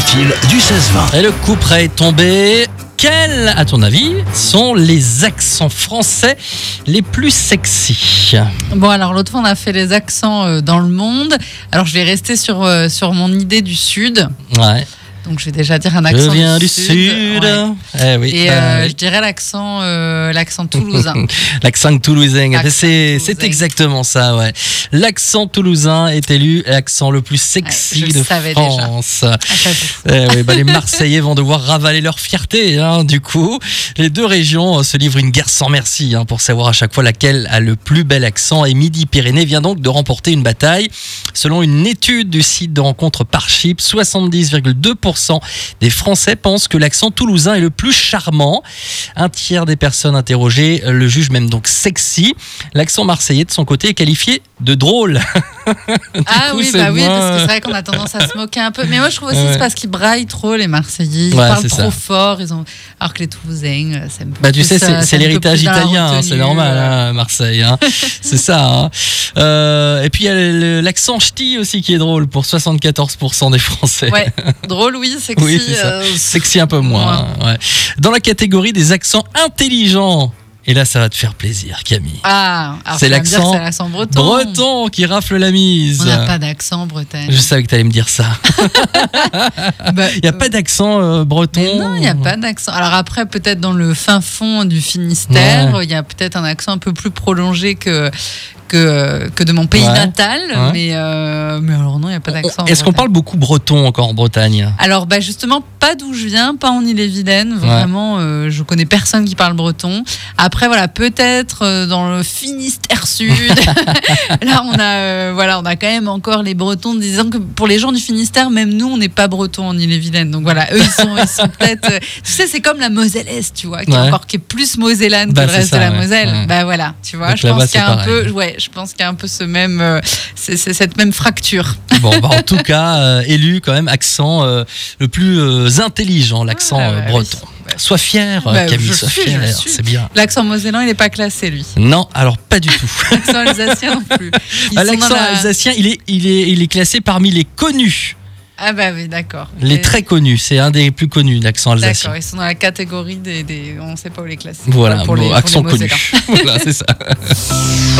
inutile du 16-20. Et le coup près est tombé. Quels, à ton avis, sont les accents français les plus sexy ? Bon, alors l'autre fois, on a fait les accents dans le monde. Alors, je vais rester sur mon idée du Sud. Ouais. Donc, je vais déjà dire un Je accent viens du Sud. Ouais. Eh oui. Et oui. je dirais l'accent toulousain. L'accent toulousain. L'accent C'est toulousain. exactement ça, ouais. L'accent toulousain est élu l'accent le plus sexy Ouais, je de le savais France. Ah, j'avoue. Eh oui, les Marseillais vont devoir ravaler leur fierté, du coup. Les deux régions se livrent une guerre sans merci pour savoir à chaque fois laquelle a le plus bel accent. Et Midi-Pyrénées vient donc de remporter une bataille. Selon une étude du site de rencontre Parship, 70,2% des Français pensent que l'accent toulousain est le plus charmant. Un tiers des personnes interrogées le jugent même donc sexy. L'accent marseillais, de son côté, est qualifié de drôle. Ah coup, oui, c'est bah oui, moins- parce que c'est vrai qu'on a tendance à se moquer un peu. Mais moi, je trouve aussi que Ouais. c'est parce qu'ils braillent trop, les Marseillais. Ils Ouais, parlent c'est trop ça. fort. Alors que les Toulousains, c'est un peu Bah tu plus, sais, c'est un peu l'héritage plus dans la italien, retenue, c'est normal, Marseille. C'est ça. Et puis il y a l'accent ch'ti aussi qui est drôle pour 74% des Français. Ouais, drôle, oui, sexy. Oui, c'est ça. Sexy un peu moins. Ouais. Dans la catégorie des accents intelligents, et là ça va te faire plaisir, Camille. Ah, alors C'est tu vas me dire que l'accent c'est l'accent breton. Breton qui rafle la mise. On n'a pas d'accent breton. Je savais que tu allais me dire ça. Bah, Il n'y a pas d'accent breton. mais non, il n'y a pas d'accent. Alors après, peut-être dans le fin fond du Finistère, il y a peut-être un accent un peu plus prolongé que de mon pays Ouais. natal. Ouais. Mais alors non, il n'y a pas d'accent. Est-ce qu'on breton. parle beaucoup breton encore en Bretagne ? Alors justement, pas d'où je viens, pas en Ille-et-Vilaine. Vraiment, je connais personne qui parle breton. Après, voilà, peut-être dans le Finistère Sud. Là, on a quand même encore les Bretons disant que pour les gens du Finistère, même nous, on n'est pas bretons en Ille-et-Vilaine. Donc voilà, eux, ils sont peut-être. Tu sais, c'est comme la Moselle-Est, tu vois, qui est plus mosellane que le c'est reste ça, de la ouais. Moselle. Ouais. Bah voilà, tu vois, Donc je là-bas, pense qu'il y a c'est un pareil. peu, je pense qu'il y a un peu ce même, c'est cette même fracture. Bon, en tout cas, élu quand même accent le plus intelligent, l'accent breton. Oui. Sois fier, Bah, Camille, je sois suis, fier, je suis. c'est bien. L'accent mosellan, il n'est pas classé, lui. Non, alors pas du tout. L'accent alsacien non plus. Ils sont L'accent dans la- alsacien, il est classé parmi les connus, Ah bah oui, d'accord. les très connus. C'est un des plus connus, l'accent alsacien. D'accord, ils sont dans la catégorie des on ne sait pas où les classer. Voilà, pour les accent connu. Mosellans. Voilà, c'est ça.